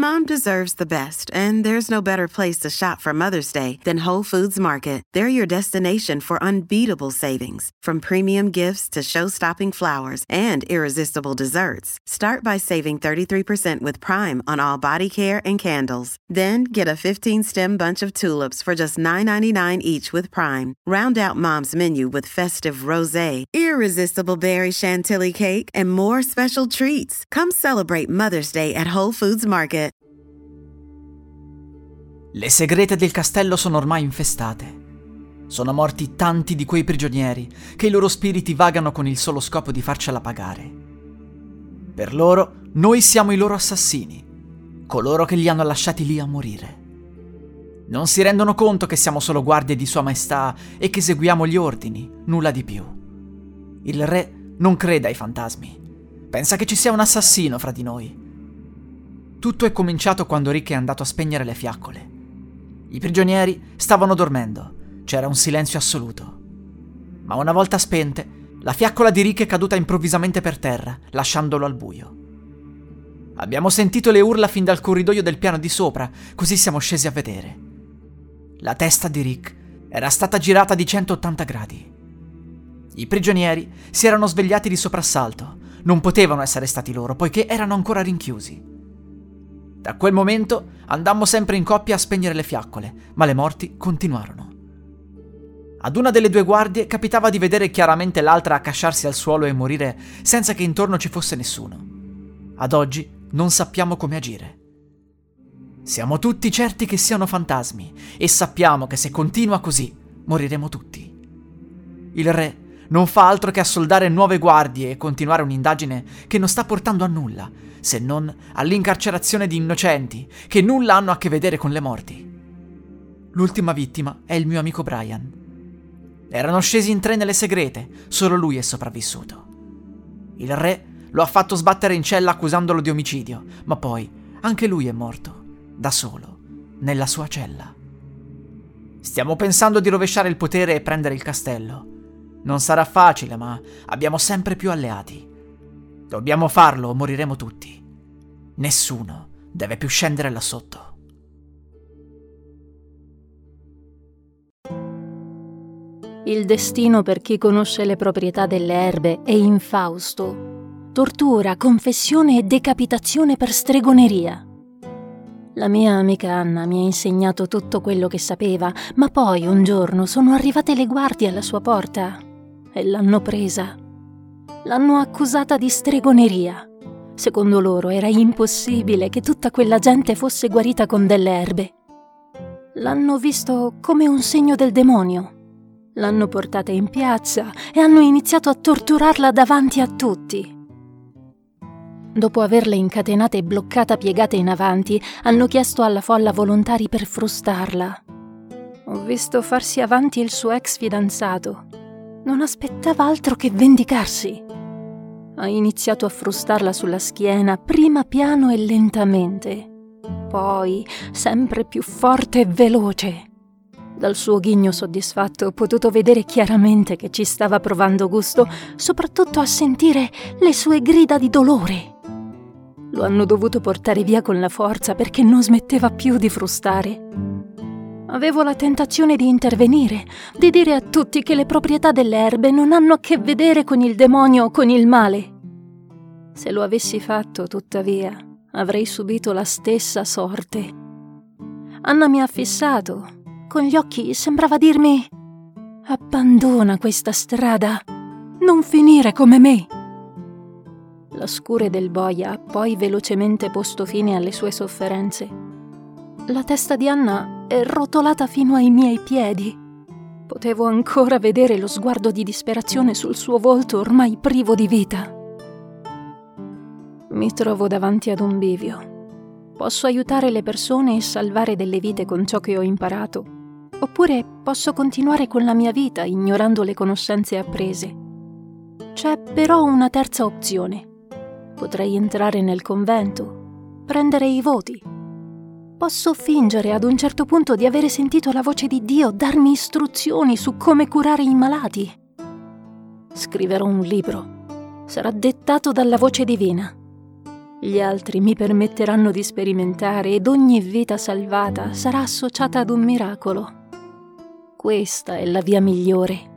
Mom deserves the best, and there's no better place to shop for Mother's Day than Whole Foods Market. They're your destination for unbeatable savings, from premium gifts to show-stopping flowers and irresistible desserts. Start by saving 33% with Prime on all body care and candles. Then get a 15-stem bunch of tulips for just $9.99 each with Prime. Round out Mom's menu with festive rosé, irresistible berry chantilly cake, and more special treats. Come celebrate Mother's Day at Whole Foods Market. Le segrete del castello sono ormai infestate. Sono morti tanti di quei prigionieri che i loro spiriti vagano con il solo scopo di farcela pagare. Per loro, noi siamo i loro assassini, coloro che li hanno lasciati lì a morire. Non si rendono conto che siamo solo guardie di Sua Maestà e che seguiamo gli ordini, nulla di più. Il re non crede ai fantasmi. Pensa che ci sia un assassino fra di noi. Tutto è cominciato quando Rick è andato a spegnere le fiaccole. I prigionieri stavano dormendo, c'era un silenzio assoluto. Ma una volta spente, la fiaccola di Rick è caduta improvvisamente per terra, lasciandolo al buio. Abbiamo sentito le urla fin dal corridoio del piano di sopra, così siamo scesi a vedere. La testa di Rick era stata girata di 180 gradi. I prigionieri si erano svegliati di soprassalto. Non potevano essere stati loro, poiché erano ancora rinchiusi. Da quel momento andammo sempre in coppia a spegnere le fiaccole, ma le morti continuarono. Ad una delle due guardie capitava di vedere chiaramente l'altra accasciarsi al suolo e morire senza che intorno ci fosse nessuno. Ad oggi non sappiamo come agire. Siamo tutti certi che siano fantasmi e sappiamo che se continua così moriremo tutti. Il re non fa altro che assoldare nuove guardie e continuare un'indagine che non sta portando a nulla, se non all'incarcerazione di innocenti che nulla hanno a che vedere con le morti. L'ultima vittima è il mio amico Brian. Erano scesi in 3 nelle segrete, solo lui è sopravvissuto. Il re lo ha fatto sbattere in cella accusandolo di omicidio, ma poi anche lui è morto, da solo, nella sua cella. Stiamo pensando di rovesciare il potere e prendere il castello. Non sarà facile, ma abbiamo sempre più alleati. Dobbiamo farlo o moriremo tutti. Nessuno deve più scendere là sotto. Il destino per chi conosce le proprietà delle erbe è infausto. Tortura, confessione e decapitazione per stregoneria. La mia amica Anna mi ha insegnato tutto quello che sapeva, ma poi un giorno sono arrivate le guardie alla sua porta e l'hanno presa. L'hanno accusata di stregoneria. Secondo loro era impossibile che tutta quella gente fosse guarita con delle erbe. L'hanno visto come un segno del demonio. L'hanno portata in piazza e hanno iniziato a torturarla davanti a tutti. Dopo averla incatenata e bloccata piegata in avanti, hanno chiesto alla folla volontari per frustarla. Ho visto farsi avanti il suo ex fidanzato. Non aspettava altro che vendicarsi. Ha iniziato a frustarla sulla schiena, prima piano e lentamente, poi sempre più forte e veloce. Dal suo ghigno soddisfatto ho potuto vedere chiaramente che ci stava provando gusto, soprattutto a sentire le sue grida di dolore. Lo hanno dovuto portare via con la forza perché non smetteva più di frustare. Avevo la tentazione di intervenire, di dire a tutti che le proprietà delle erbe non hanno a che vedere con il demonio o con il male. Se lo avessi fatto, tuttavia, avrei subito la stessa sorte. Anna mi ha fissato. Con gli occhi sembrava dirmi: abbandona questa strada, non finire come me. La scure del boia ha poi velocemente posto fine alle sue sofferenze. La testa di Anna è rotolata fino ai miei piedi. Potevo ancora vedere lo sguardo di disperazione sul suo volto ormai privo di vita. Mi trovo davanti ad un bivio. Posso aiutare le persone e salvare delle vite con ciò che ho imparato, oppure posso continuare con la mia vita ignorando le conoscenze apprese. C'è però una terza opzione. Potrei entrare nel convento, prendere i voti. Posso fingere ad un certo punto di avere sentito la voce di Dio darmi istruzioni su come curare i malati. Scriverò un libro. Sarà dettato dalla voce divina. Gli altri mi permetteranno di sperimentare ed ogni vita salvata sarà associata ad un miracolo. Questa è la via migliore.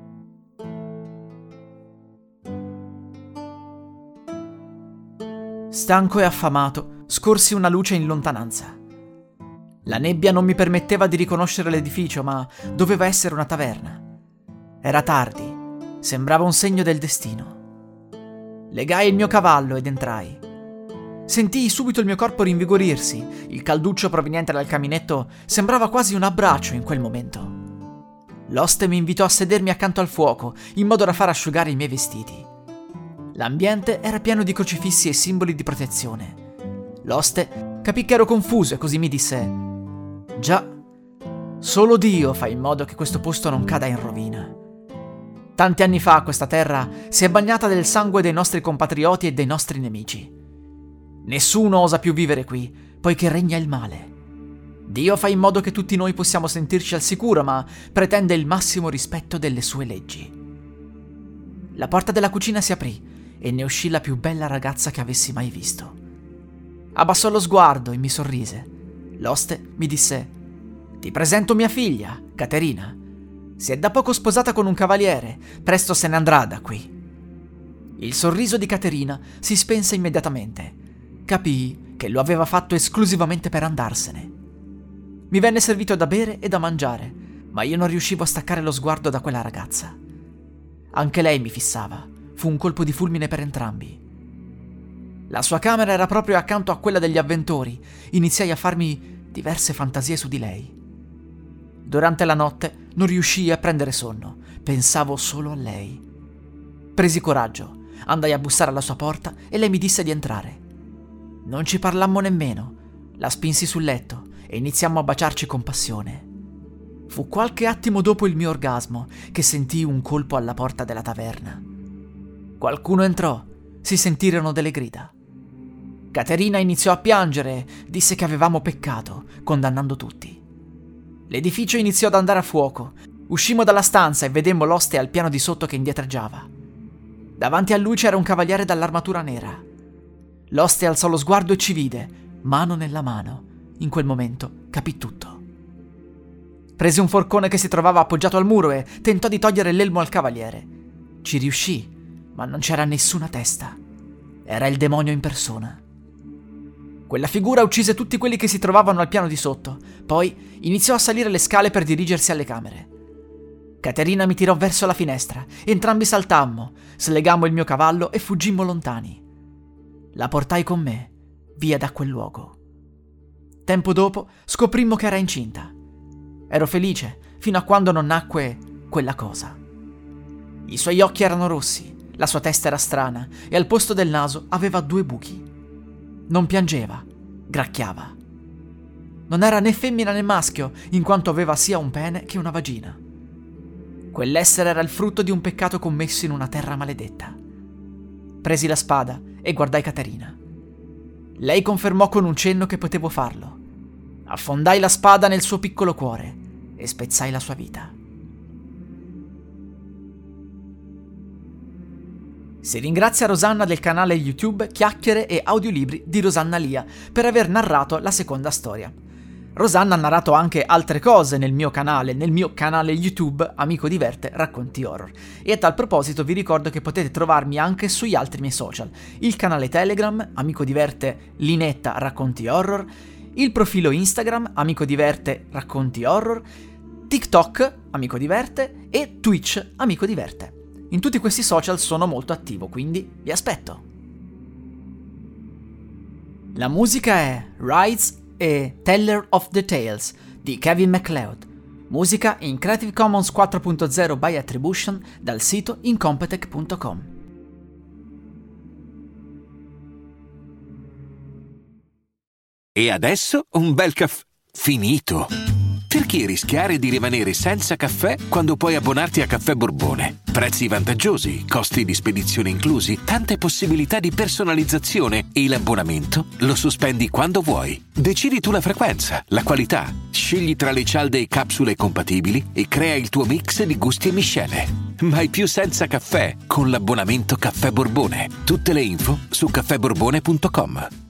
Stanco e affamato, scorsi una luce in lontananza. La nebbia non mi permetteva di riconoscere l'edificio, ma doveva essere una taverna. Era tardi, sembrava un segno del destino. Legai il mio cavallo ed entrai. Sentii subito il mio corpo rinvigorirsi, il calduccio proveniente dal caminetto sembrava quasi un abbraccio in quel momento. L'oste mi invitò a sedermi accanto al fuoco, in modo da far asciugare i miei vestiti. L'ambiente era pieno di crocifissi e simboli di protezione. L'oste capì che ero confuso e così mi disse: «Già, solo Dio fa in modo che questo posto non cada in rovina. Tanti anni fa questa terra si è bagnata del sangue dei nostri compatrioti e dei nostri nemici. Nessuno osa più vivere qui, poiché regna il male. Dio fa in modo che tutti noi possiamo sentirci al sicuro, ma pretende il massimo rispetto delle sue leggi». La porta della cucina si aprì e ne uscì la più bella ragazza che avessi mai visto. Abbassò lo sguardo e mi sorrise. L'oste mi disse: «Ti presento mia figlia, Caterina. Si è da poco sposata con un cavaliere, presto se ne andrà da qui». Il sorriso di Caterina si spense immediatamente. Capii che lo aveva fatto esclusivamente per andarsene. Mi venne servito da bere e da mangiare, ma io non riuscivo a staccare lo sguardo da quella ragazza. Anche lei mi fissava. Fu un colpo di fulmine per entrambi. La sua camera era proprio accanto a quella degli avventori. Iniziai a farmi diverse fantasie su di lei. Durante la notte non riuscii a prendere sonno. Pensavo solo a lei. Presi coraggio, andai a bussare alla sua porta e lei mi disse di entrare. Non ci parlammo nemmeno. La spinsi sul letto e iniziammo a baciarci con passione. Fu qualche attimo dopo il mio orgasmo che sentii un colpo alla porta della taverna. Qualcuno entrò, si sentirono delle grida. Caterina iniziò a piangere, disse che avevamo peccato, condannando tutti. L'edificio iniziò ad andare a fuoco. Uscimmo dalla stanza e vedemmo l'oste al piano di sotto che indietreggiava. Davanti a lui c'era un cavaliere dall'armatura nera. L'oste alzò lo sguardo e ci vide, mano nella mano. In quel momento capì tutto. Prese un forcone che si trovava appoggiato al muro e tentò di togliere l'elmo al cavaliere. Ci riuscì, ma non c'era nessuna testa. Era il demonio in persona. Quella figura uccise tutti quelli che si trovavano al piano di sotto. Poi iniziò a salire le scale per dirigersi alle camere. Caterina mi tirò verso la finestra. Entrambi saltammo, slegammo il mio cavallo e fuggimmo lontani. La portai con me, via da quel luogo. Tempo dopo scoprimmo che era incinta. Ero felice fino a quando non nacque quella cosa. I suoi occhi erano rossi, la sua testa era strana e al posto del naso aveva 2 buchi. Non piangeva, gracchiava. Non era né femmina né maschio, in quanto aveva sia un pene che una vagina. Quell'essere era il frutto di un peccato commesso in una terra maledetta. Presi la spada e guardai Caterina. Lei confermò con un cenno che potevo farlo. Affondai la spada nel suo piccolo cuore e spezzai la sua vita. Si ringrazia Rosanna del canale YouTube Chiacchiere e Audiolibri di Rosanna Lia per aver narrato la seconda storia. Rosanna ha narrato anche altre cose nel mio canale YouTube Amico Diverte Racconti Horror. E a tal proposito vi ricordo che potete trovarmi anche sugli altri miei social: il canale Telegram Amico Diverte Linetta Racconti Horror, il profilo Instagram Amico Diverte Racconti Horror, TikTok Amico Diverte e Twitch Amico Diverte. In tutti questi social sono molto attivo, quindi vi aspetto. La musica è Rise e Teller of the Tales di Kevin MacLeod. Musica in Creative Commons 4.0 by Attribution dal sito incompetech.com. E adesso un bel caffè finito. Perché rischiare di rimanere senza caffè quando puoi abbonarti a Caffè Borbone? Prezzi vantaggiosi, costi di spedizione inclusi, tante possibilità di personalizzazione e l'abbonamento lo sospendi quando vuoi. Decidi tu la frequenza, la qualità, scegli tra le cialde e capsule compatibili e crea il tuo mix di gusti e miscele. Mai più senza caffè con l'abbonamento Caffè Borbone. Tutte le info su caffèborbone.com.